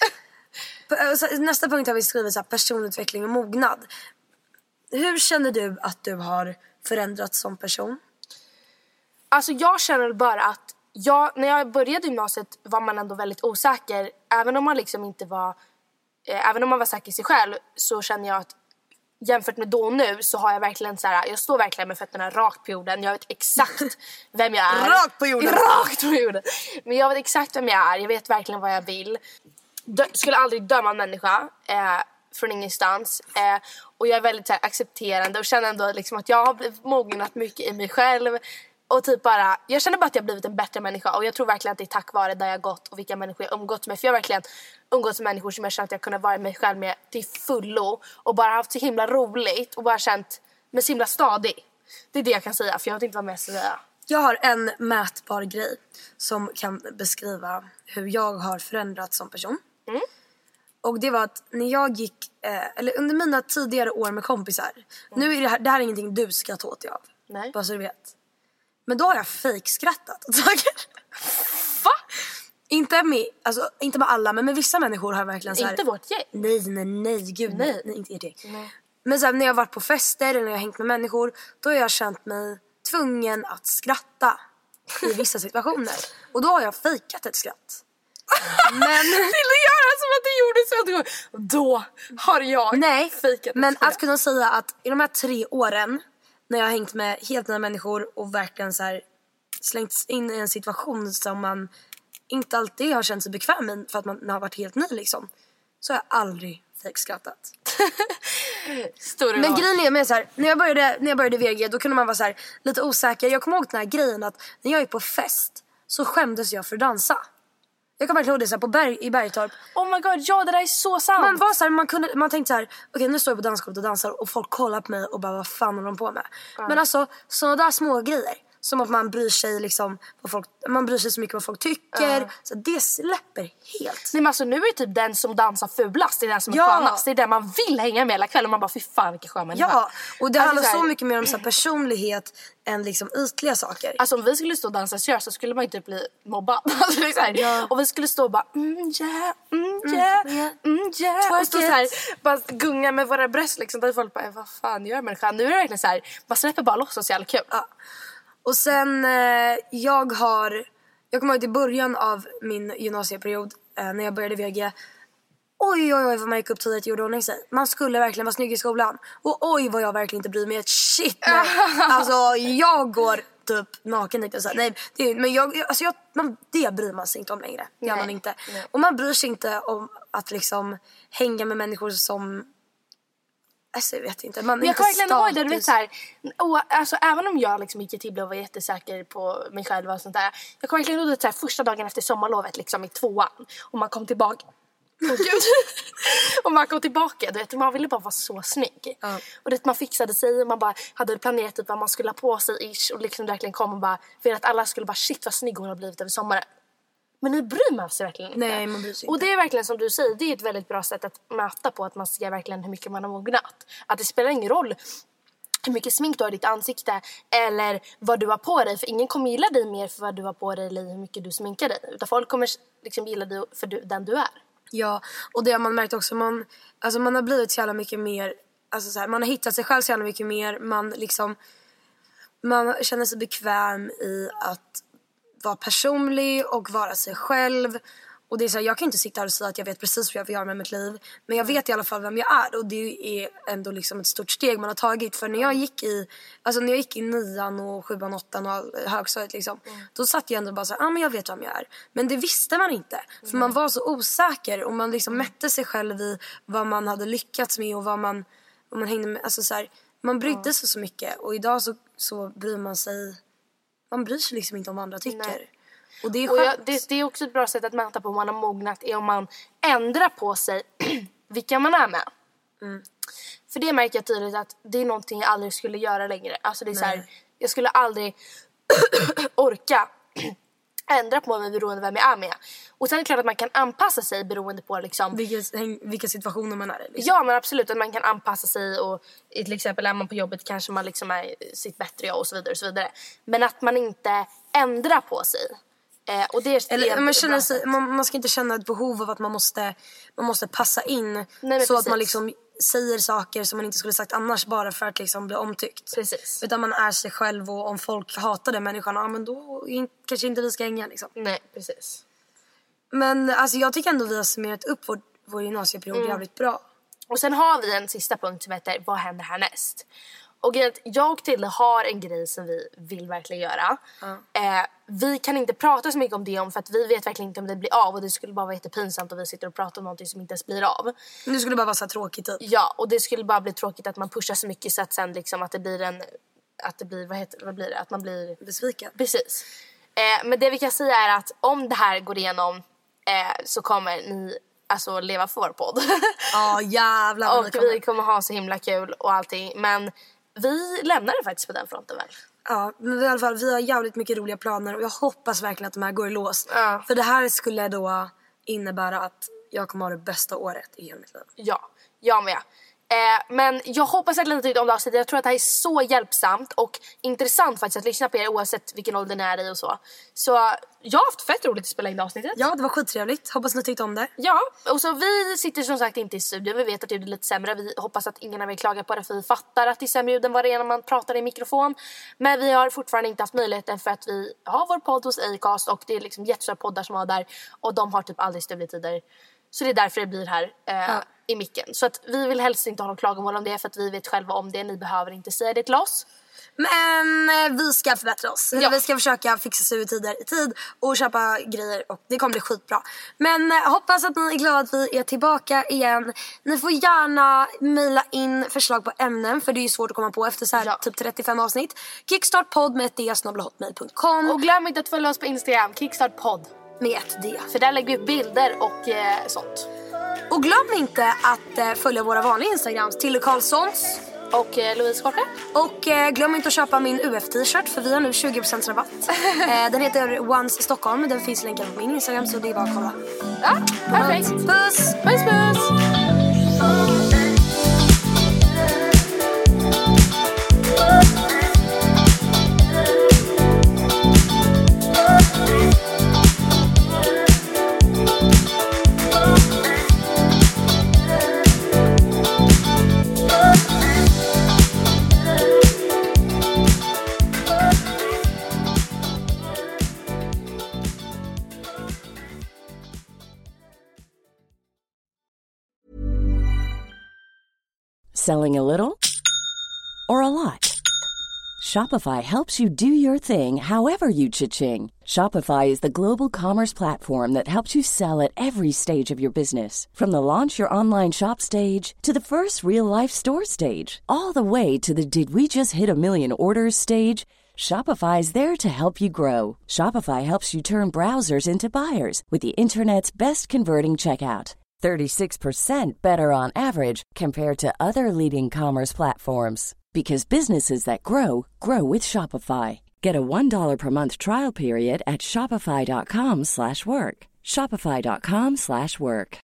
Nästa punkt har vi skrivit så här, personutveckling och mognad. Hur känner du att du har förändrats som person? Alltså jag känner bara att när jag började gymnasiet var man ändå väldigt osäker. Även om man liksom inte var även om man var säker i sig själv, så känner jag att jämfört med då och nu så har jag verkligen så här, jag står verkligen med fötterna rakt på jorden. Jag vet exakt vem jag är. Rakt på jorden. Rakt på jorden. Men jag vet exakt vem jag är. Jag vet verkligen vad jag vill. Skulle aldrig döma en människa från ingenstans. Och jag är väldigt så här, accepterande och känner ändå liksom att jag har blivit mognat mycket i mig själv. Och typ bara, jag känner bara att jag har blivit en bättre människa. Och jag tror verkligen att det är tack vare där jag gått och vilka människor jag umgått med. För jag har verkligen umgått med människor som jag känt att jag kunnat vara mig själv med till fullo. Och bara haft så himla roligt och bara känt mig så himla stadig. Det är det jag kan säga, för jag vet inte vad mer jag ska säga. Jag har en mätbar grej som kan beskriva hur jag har förändrats som person. Mm. Och det var att när jag gick, eller under mina tidigare år med kompisar. Nu är det här är ingenting du ska ta åt dig av. Nej. Bara så du vet. Men då har jag fejkskrattat åt saker. Va? Inte med alla, men med vissa människor har jag verkligen så här. Inte vårt gäng? Nej, gud nej, inte ert gäng. Nej. Men så här, när jag har varit på fester eller när jag har hängt med människor, då har jag känt mig tvungen att skratta i vissa situationer. Och då har jag fejkat ett skratt. Men vill du göra som att du gjorde så att då har jag fejkat. Men att kunna säga att i de här 3 åren när jag har hängt med helt nya människor och verkligen så här slängts in i en situation som man inte alltid har känt sig bekväm med för att man har varit helt ny liksom, så har jag aldrig fejkskrattat. Men grejen är med så här, när jag började VG, då kunde man vara så här lite osäker. Jag kommer ihåg den här grejen att när jag är på fest så skämdes jag för att dansa. Jag kommer verkligen ihåg det så här i Bergtorp. Oh my god, ja, det där är så sant. Man var så här, man tänkte så här, okej, nu står jag på dansgolvet och dansar och folk kollar på mig och bara, vad fan håller de på med? Men alltså, sådana där små grejer, som att man bryr sig liksom vad folk, man bryr sig så mycket vad folk tycker. Så det släpper helt. Nej, men alltså, nu är det typ den som dansar fulast, det är den som är skönast. Det är den man vill hänga med hela kvällen och man bara fy fan vilken skön människa. Ja, och det handlar så mycket mer om så här personlighet än liksom ytliga saker. Alltså om vi skulle stå och dansa så skulle man ju typ bli mobbad. Alltså, och vi skulle stå och bara och stå så här, bara gunga med våra bröst liksom, där folk bara vad fan gör människan? Nu är det verkligen så här, man släpper bara loss och så jävla kul. Ja. Och sen jag kommer ihåg i början av min gymnasieperiod när jag började VG. Oj vad man gick upp tidigt och gjorde ordning sig. Man skulle verkligen vara snygg i skolan. Och oj vad jag verkligen inte bryr mig ett shit. Alltså jag går typ naken lite så här. Nej, det bryr man sig inte om längre. Det gör man inte. Nej. Och man bryr sig inte om att liksom hänga med människor som alltså jag vet inte. Men jag kan verkligen ihåg det, du vet så här, alltså även om jag liksom gick till och var jättesäker på mig själv och sånt där. Jag kan verkligen ihåg det så här, första dagen efter sommarlovet liksom i 2:an och man kom tillbaka. Och man kom tillbaka, du vet, man ville bara vara så snygg. Och det man fixade sig och man bara hade planerat typ vad man skulle ha på sig ish, och liksom verkligen kom och bara för att alla skulle bara shit vad snygg hon har blivit över sommaren. Men nu bryr man sig verkligen inte. Nej, man bryr sig inte. Och det är verkligen som du säger, det är ett väldigt bra sätt att mäta på, att man ser verkligen hur mycket man har mognat. Att det spelar ingen roll hur mycket smink du har i ditt ansikte eller vad du har på dig, för ingen kommer gilla dig mer för vad du har på dig eller hur mycket du sminkar dig, utan folk kommer liksom gilla dig för den du är. Ja, och det har man märkt också, man har blivit så jävla mycket mer, alltså så här, man har hittat sig själv så jävla mycket mer, man känner sig bekväm i att vara personlig och vara sig själv. Och det är så här, jag kan inte sitta här och säga att jag vet precis vad jag vill göra med mitt liv, men jag vet i alla fall vem jag är, och det är ändå liksom ett stort steg man har tagit. För när jag gick i 9:an och 7:an, 8:an och högstadiet liksom, då satt jag ändå bara så här, men jag vet vem jag är. Men det visste man inte, för man var så osäker och man liksom mätte sig själv i vad man hade lyckats med och vad man hängde med, alltså så här, man brydde sig så mycket, och idag så bryr man sig liksom inte om vad andra tycker. Nej. Och det är skönt. Det är också ett bra sätt att mäta på om man har mognat, är om man ändrar på sig vilka man är med. För det märker jag tydligt att det är någonting jag aldrig skulle göra längre. Alltså det är så här, jag skulle aldrig orka ändra på mig beroende vem jag är med. Och sen är det klart att man kan anpassa sig beroende på liksom vilka situationer man är i. Liksom. Ja, men absolut att man kan anpassa sig, och till exempel är man på jobbet kanske man liksom är sitt bättre jag och så vidare och så vidare. Men att man inte ändrar på sig. Och det är man ska inte känna ett behov av att man måste passa in. Nej, så precis. att man liksom säger saker som man inte skulle sagt annars bara för att liksom bli omtyckt. Precis. Utan man är sig själv, och om folk hatar den människan, men då kanske inte vi ska hänga liksom. Nej, precis. Men alltså jag tycker ändå vi har summerat upp vår gymnasieperiod jävligt bra. Och sen har vi en sista punkt som heter vad händer härnäst? Och jag och Tilde har en grej som vi vill verkligen göra. Vi kan inte prata så mycket om det för att vi vet verkligen inte om det blir av. Och det skulle bara vara jättepinsamt om vi sitter och pratar om någonting som inte ens blir av. Det skulle bara vara så tråkigt typ. Ja, och det skulle bara bli tråkigt att man pushar så mycket så att sen liksom att det blir att man blir besviken. Precis. Men det vi kan säga är att om det här går igenom så kommer ni alltså leva för vår podd. Ja, jävlar. Och vi kommer ha så himla kul och allting. Men vi lämnar det faktiskt på den fronten väl. Ja, men i alla fall, vi har jävligt mycket roliga planer. Och jag hoppas verkligen att de här går i lås. För det här skulle då innebära att jag kommer ha det bästa året i hela mitt liv. Ja, jag med. Men jag hoppas att ni tyckte om det avsnittet. Jag tror att det här är så hjälpsamt och intressant faktiskt att lyssna på er oavsett vilken ålder ni är i och så. Så jag har haft fett roligt att spela in det avsnittet. Ja, det var skittrevligt. Hoppas ni tyckte om det. Ja, och så vi sitter som sagt inte i studion. Vi vet att ljudet är lite sämre. Vi hoppas att ingen av er klagar på det, för vi fattar att det är sämre ljud än vad det är när man pratar i mikrofon. Men vi har fortfarande inte haft möjligheten för att vi har vår podd hos Acast och det är liksom jättestora poddar som har där och de har typ aldrig studietider. Så det är därför det blir här i micken. Så att vi vill helst inte ha någon klagomål om det, för att vi vet själva om det. Ni behöver inte säga det till oss. Men vi ska förbättra oss. Ja. Vi ska försöka fixa sig tider i tid och köpa grejer, och det kommer bli skitbra. Men hoppas att ni är glada att vi är tillbaka igen. Ni får gärna mejla in förslag på ämnen, för det är ju svårt att komma på efter så här typ 35 avsnitt. Kickstartpodd med ett d@hotmail.com. Och glöm inte att följa oss på Instagram, Kickstartpodd med ett D. För där lägger vi upp bilder och sånt. Och glöm inte att följa våra vanliga Instagrams, Tilde Karlssons Och Louise Korte. Och glöm inte att köpa min UF-t-shirt för vi har nu 20% rabatt. Den heter Once Stockholm. Den finns länkad på min Instagram så det är bara att kolla. Ja, perfekt. Puss! Puss, puss! Selling a little or a lot? Shopify helps you do your thing however you cha-ching. Shopify is the global commerce platform that helps you sell at every stage of your business. From the launch your online shop stage to the first real-life store stage, all the way to the did we just hit a million orders stage. Shopify is there to help you grow. Shopify helps you turn browsers into buyers with the internet's best converting checkout. 36% better on average compared to other leading commerce platforms. Because businesses that grow, grow with Shopify. Get a $1 per month trial period at shopify.com/work. Shopify.com/work.